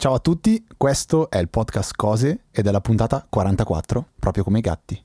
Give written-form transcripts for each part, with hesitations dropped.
Ciao a tutti, questo è il podcast Cose ed è la puntata 44, proprio come i gatti.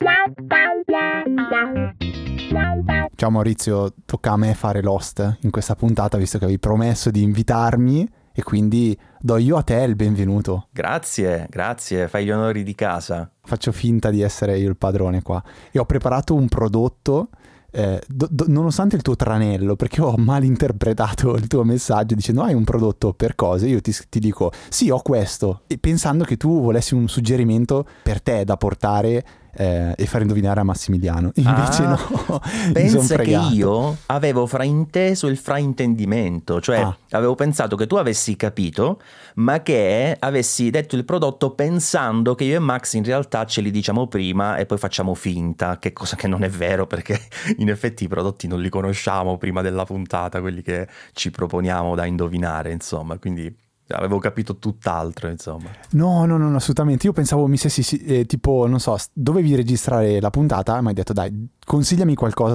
Ciao Maurizio, tocca a me fare l'host in questa puntata visto che avevi promesso di invitarmi e quindi do io a te il benvenuto. Grazie, fai gli onori di casa. Faccio finta di essere io il padrone qua e ho preparato un prodotto nonostante il tuo tranello, perché ho malinterpretato il tuo messaggio dicendo hai un prodotto per Cose, io ti dico sì, ho questo, e pensando che tu volessi un suggerimento per te da portare e far indovinare a Massimiliano. Invece no, pensa che io avevo frainteso il fraintendimento, cioè avevo pensato che tu avessi capito ma che avessi detto il prodotto pensando che io e Max in realtà ce li diciamo prima e poi facciamo finta, che cosa che non è vero, perché in effetti i prodotti non li conosciamo prima della puntata, quelli che ci proponiamo da indovinare, insomma, quindi avevo capito tutt'altro, insomma. No, assolutamente. Io pensavo tipo, non so, dovevi registrare la puntata, ma hai detto dai, consigliami qualcosa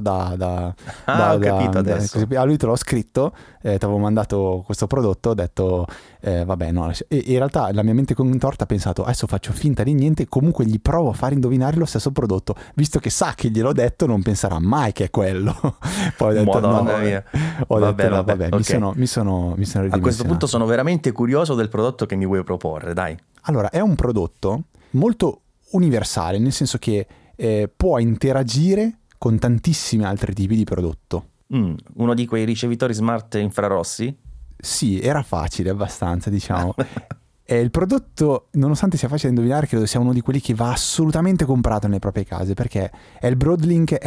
ho capito adesso. Così, lui te l'ho scritto, ti avevo mandato questo prodotto, ho detto vabbè, no. E in realtà la mia mente contorta ha pensato adesso faccio finta di niente, comunque gli provo a far indovinare lo stesso prodotto, visto che sa che gliel'ho detto non penserà mai che è quello. Poi ho detto Madonna mia. Vabbè, okay. mi sono ridimensionato. A questo punto sono veramente curioso del prodotto che mi vuoi proporre, dai. Allora, è un prodotto molto universale, nel senso che può interagire con tantissimi altri tipi di prodotto. Uno di quei ricevitori smart infrarossi? Sì, era facile abbastanza, diciamo. Il prodotto, nonostante sia facile da indovinare, credo sia uno di quelli che va assolutamente comprato nelle proprie case, perché è il Broadlink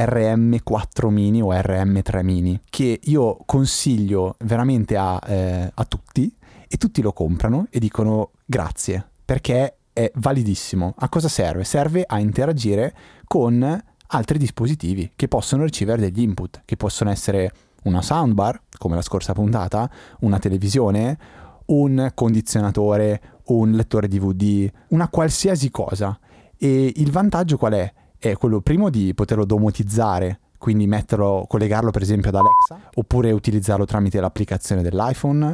RM4 Mini o RM3 Mini, che io consiglio veramente a tutti, e tutti lo comprano e dicono grazie, perché è validissimo. A cosa serve? Serve a interagire con altri dispositivi che possono ricevere degli input, che possono essere una soundbar, come la scorsa puntata, una televisione, un condizionatore, un lettore DVD, una qualsiasi cosa. E il vantaggio qual è? È quello primo di poterlo domotizzare, quindi collegarlo per esempio ad Alexa, oppure utilizzarlo tramite l'applicazione dell'iPhone,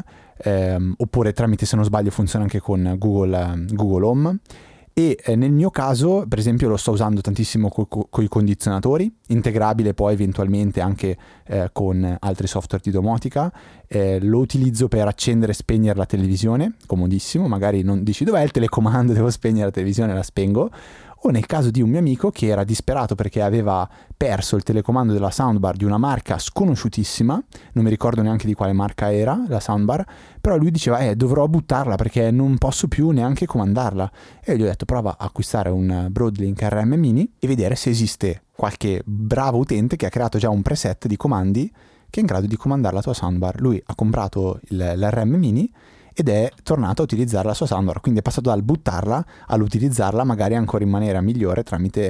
oppure tramite, se non sbaglio, funziona anche con Google Home. E nel mio caso, per esempio, lo sto usando tantissimo con i condizionatori, integrabile poi eventualmente anche con altri software di domotica. Lo utilizzo per accendere e spegnere la televisione, comodissimo, magari non dici dov'è il telecomando, devo spegnere la televisione, la spengo. O nel caso di un mio amico che era disperato perché aveva perso il telecomando della soundbar di una marca sconosciutissima, non mi ricordo neanche di quale marca era la soundbar, però lui diceva dovrò buttarla perché non posso più neanche comandarla. E io gli ho detto prova a acquistare un Broadlink RM Mini e vedere se esiste qualche bravo utente che ha creato già un preset di comandi che è in grado di comandare la tua soundbar. Lui ha comprato l'RM Mini ed è tornato a utilizzare la sua soundbar, quindi è passato dal buttarla all'utilizzarla magari ancora in maniera migliore tramite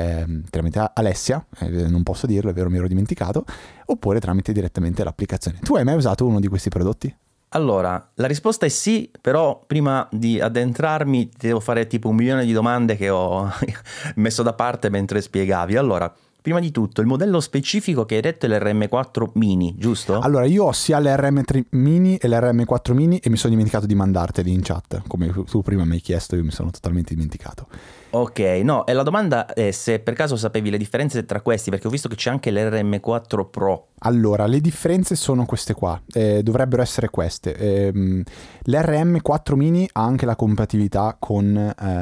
Alessia, non posso dirlo, è vero, mi ero dimenticato, oppure tramite direttamente l'applicazione. Tu hai mai usato uno di questi prodotti? Allora, la risposta è sì, però prima di addentrarmi ti devo fare tipo 1 milione di domande che ho messo da parte mentre spiegavi. Allora, prima di tutto, il modello specifico che hai detto è l'RM4 Mini, giusto? Allora, io ho sia l'RM3 Mini e l'RM4 Mini e mi sono dimenticato di mandarteli in chat, come tu prima mi hai chiesto, io mi sono totalmente dimenticato. Ok, no, e la domanda è se per caso sapevi le differenze tra questi, perché ho visto che c'è anche l'RM4 Pro. Allora, le differenze sono queste qua, dovrebbero essere queste. L'RM4 Mini ha anche la compatibilità con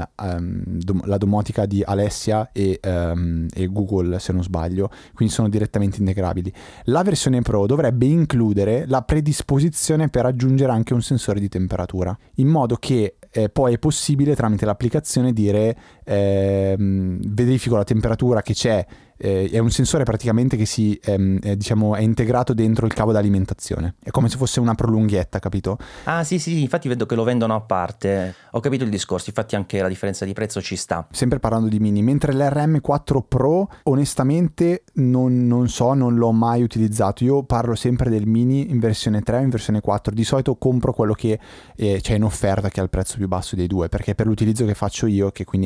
la domotica di Alessia e Google, se non sbaglio, quindi sono direttamente integrabili. La versione Pro dovrebbe includere la predisposizione per aggiungere anche un sensore di temperatura, in modo che poi è possibile tramite l'applicazione dire verifico la temperatura che c'è. È un sensore praticamente che è integrato dentro il cavo d'alimentazione, è come se fosse una prolunghietta, capito? Ah sì, infatti vedo che lo vendono a parte, ho capito il discorso, infatti anche la differenza di prezzo ci sta. Sempre parlando di Mini, mentre l'RM4 Pro onestamente non so, non l'ho mai utilizzato, io parlo sempre del Mini in versione 3 o in versione 4, di solito compro quello che c'è in offerta, che ha il prezzo più basso dei due, perché per l'utilizzo che faccio io, che quindi è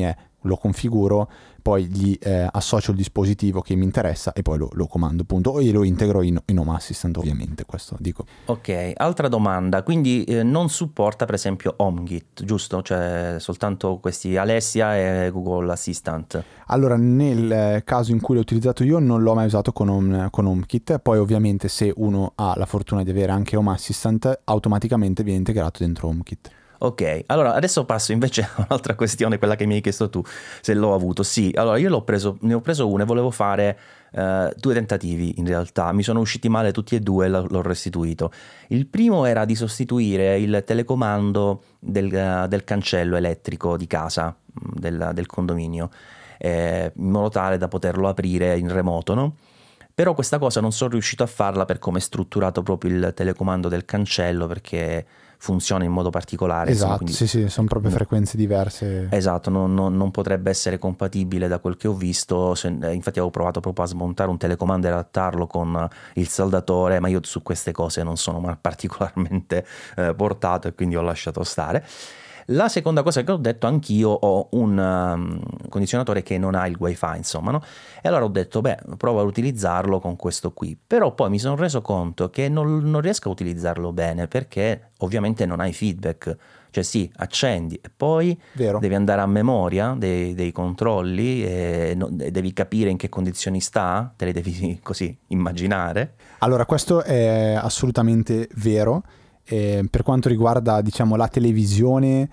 lo configuro, poi gli associo il dispositivo che mi interessa e poi lo comando, appunto, e lo integro in Home Assistant, ovviamente, questo dico. Ok, altra domanda, quindi non supporta per esempio HomeKit, giusto? Cioè soltanto questi Alessia e Google Assistant? Allora, nel caso in cui l'ho utilizzato io non l'ho mai usato con HomeKit, poi ovviamente se uno ha la fortuna di avere anche Home Assistant, automaticamente viene integrato dentro HomeKit. Ok, allora adesso passo invece a un'altra questione, quella che mi hai chiesto tu, se l'ho avuto. Sì, allora io ne ho preso uno e volevo fare 2 tentativi in realtà, mi sono usciti male tutti e due e l'ho restituito. Il primo era di sostituire il telecomando del cancello elettrico di casa, del condominio, in modo tale da poterlo aprire in remoto, no? Però questa cosa non sono riuscito a farla per come è strutturato proprio il telecomando del cancello, perché funziona in modo particolare. Esatto, insomma, sì, sono proprio frequenze diverse. Esatto, non potrebbe essere compatibile da quel che ho visto. Infatti avevo provato proprio a smontare un telecomando e adattarlo con il saldatore, ma io su queste cose non sono particolarmente portato e quindi ho lasciato stare. La seconda cosa che ho detto, anch'io ho un condizionatore che non ha il wifi, insomma, no? E allora ho detto, provo a utilizzarlo con questo qui. Però poi mi sono reso conto che non riesco a utilizzarlo bene, perché ovviamente non hai feedback. Cioè sì, accendi e poi devi andare a memoria dei controlli e devi capire in che condizioni sta, te le devi così immaginare. Allora, questo è assolutamente vero. Per quanto riguarda, diciamo, la televisione,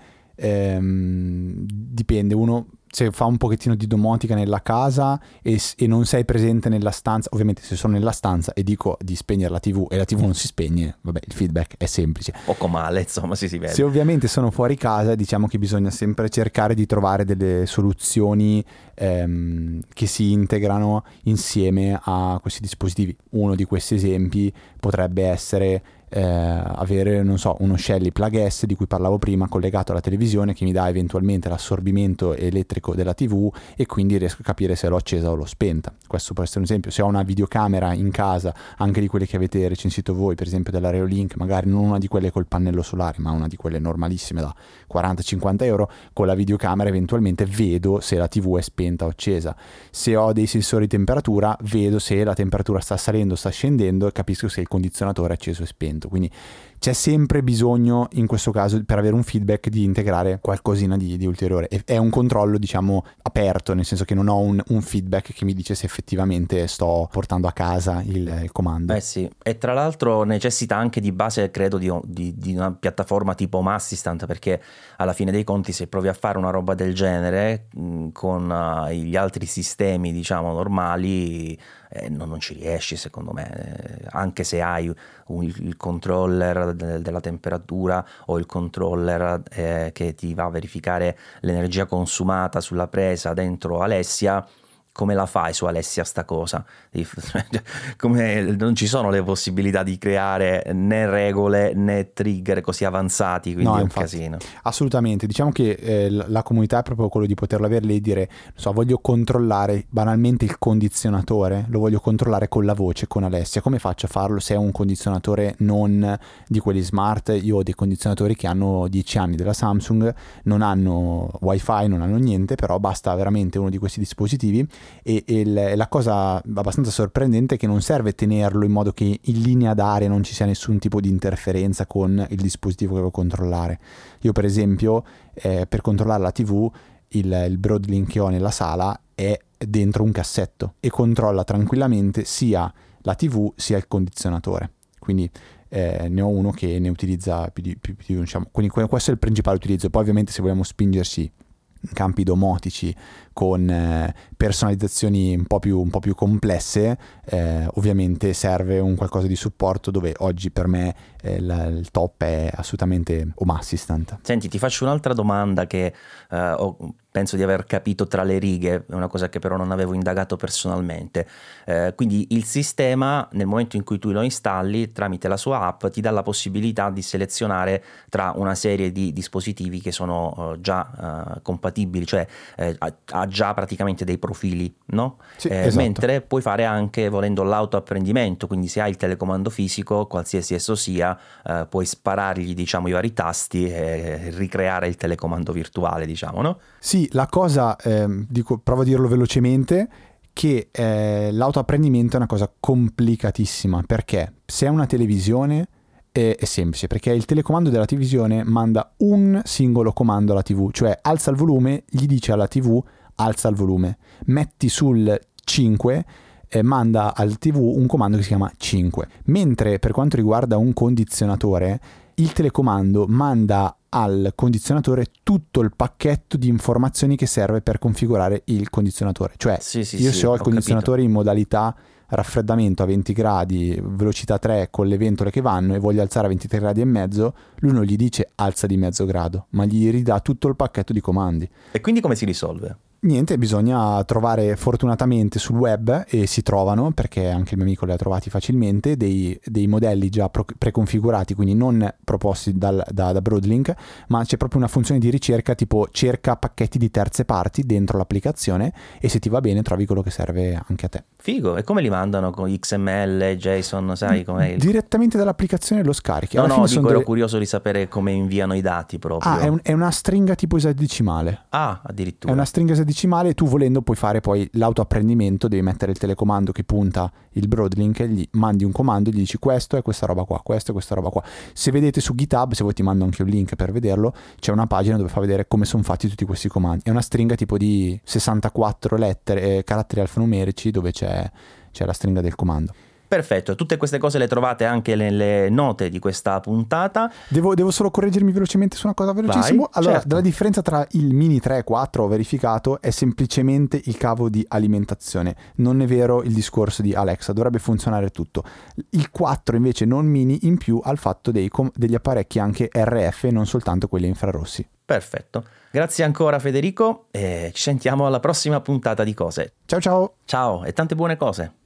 dipende. Uno, se fa un pochettino di domotica nella casa e non sei presente nella stanza, ovviamente se sono nella stanza e dico di spegnere la TV e la TV non si spegne, vabbè, il feedback è semplice. Poco male, insomma, si vede. Se ovviamente sono fuori casa, diciamo che bisogna sempre cercare di trovare delle soluzioni che si integrano insieme a questi dispositivi. Uno di questi esempi potrebbe essere avere, non so, uno Shelly Plug S di cui parlavo prima, collegato alla televisione, che mi dà eventualmente l'assorbimento elettrico della TV e quindi riesco a capire se l'ho accesa o l'ho spenta. Questo può essere un esempio. Se ho una videocamera in casa, anche di quelle che avete recensito voi, per esempio della Reolink, magari non una di quelle col pannello solare, ma una di quelle normalissime da 40-50 euro, con la videocamera eventualmente vedo se la TV è spenta o accesa. Se ho dei sensori di temperatura, vedo se la temperatura sta salendo o sta scendendo e capisco se il condizionatore è acceso o spento. Quindi c'è sempre bisogno, in questo caso, per avere un feedback, di integrare qualcosina di ulteriore. È un controllo, diciamo, aperto, nel senso che non ho un feedback che mi dice se effettivamente sto portando a casa il comando. Sì, e tra l'altro necessita anche di base, credo, di una piattaforma tipo Home Assistant, perché alla fine dei conti, se provi a fare una roba del genere con gli altri sistemi, diciamo, normali, non ci riesci, secondo me, anche se hai il controller della temperatura o il controller che ti va a verificare l'energia consumata sulla presa dentro Alessia. Come la fai su Alessia sta cosa? Non ci sono le possibilità di creare né regole né trigger così avanzati, quindi è un casino. Assolutamente, diciamo che la comunità è proprio quello di poterlo avere lì e dire, non so, voglio controllare banalmente il condizionatore, lo voglio controllare con la voce, con Alessia. Come faccio a farlo se è un condizionatore non di quelli smart? Io ho dei condizionatori che hanno 10 anni della Samsung, non hanno wifi, non hanno niente, però basta veramente uno di questi dispositivi. E la cosa abbastanza sorprendente è che non serve tenerlo in modo che in linea d'aria non ci sia nessun tipo di interferenza con il dispositivo che devo controllare. Io per esempio per controllare la TV il Broadlink che ho nella sala è dentro un cassetto e controlla tranquillamente sia la TV sia il condizionatore, quindi ne ho uno che ne utilizza più di diciamo. Quindi questo è il principale utilizzo. Poi ovviamente se vogliamo spingersi in campi domotici con personalizzazioni un po' più complesse, ovviamente serve un qualcosa di supporto, dove oggi per me il top è assolutamente Home Assistant. Senti, ti faccio un'altra domanda che penso di aver capito tra le righe, è una cosa che però non avevo indagato personalmente. Quindi il sistema, nel momento in cui tu lo installi tramite la sua app, ti dà la possibilità di selezionare tra una serie di dispositivi che sono già compatibili, cioè ha già praticamente dei fili, no? Sì, esatto. Mentre puoi fare anche, volendo, l'autoapprendimento, quindi se hai il telecomando fisico, qualsiasi esso sia, puoi sparargli, diciamo, i vari tasti e ricreare il telecomando virtuale, diciamo, no? Sì, la cosa, provo a dirlo velocemente, che l'autoapprendimento è una cosa complicatissima, perché se è una televisione è semplice, perché il telecomando della televisione manda un singolo comando alla TV, cioè alza il volume, gli dice alla TV alza il volume, metti sul 5, manda al TV un comando che si chiama 5. Mentre per quanto riguarda un condizionatore, il telecomando manda al condizionatore tutto il pacchetto di informazioni che serve per configurare il condizionatore. Cioè, se ho il condizionatore in modalità raffreddamento a 20 gradi, velocità 3 con le ventole che vanno e voglio alzare a 23 gradi e mezzo, lui non gli dice alza di mezzo grado, ma gli ridà tutto il pacchetto di comandi. E quindi come si risolve? Niente, bisogna trovare fortunatamente sul web, e si trovano, perché anche il mio amico li ha trovati facilmente, dei modelli già preconfigurati, quindi non proposti da Broadlink, ma c'è proprio una funzione di ricerca tipo cerca pacchetti di terze parti dentro l'applicazione e se ti va bene trovi quello che serve anche a te. Figo, e come li mandano? Con XML, JSON, sai com'è? Direttamente dall'applicazione lo scarichi. Ero curioso di sapere come inviano i dati proprio. È una stringa tipo esadecimale. Addirittura. È una stringa esadecimale, tu volendo puoi fare poi l'autoapprendimento, devi mettere il telecomando che punta il Broadlink, gli mandi un comando e gli dici questo è questa roba qua, questo è questa roba qua. Se vedete su GitHub, se vuoi ti mando anche un link per vederlo, c'è una pagina dove fa vedere come sono fatti tutti questi comandi. È una stringa tipo di 64 lettere, caratteri alfanumerici, dove c'è la stringa del comando. Perfetto, tutte queste cose le trovate anche nelle note di questa puntata. Devo solo correggermi velocemente su una cosa velocissimo. Allora, certo. La differenza tra il Mini 3 e 4 ho verificato è semplicemente il cavo di alimentazione. Non è vero il discorso di Alexa, dovrebbe funzionare tutto. Il 4 invece non Mini in più ha il fatto degli apparecchi anche RF e non soltanto quelli infrarossi. Perfetto, grazie ancora Federico e ci sentiamo alla prossima puntata di Cose. Ciao ciao! Ciao e tante buone cose!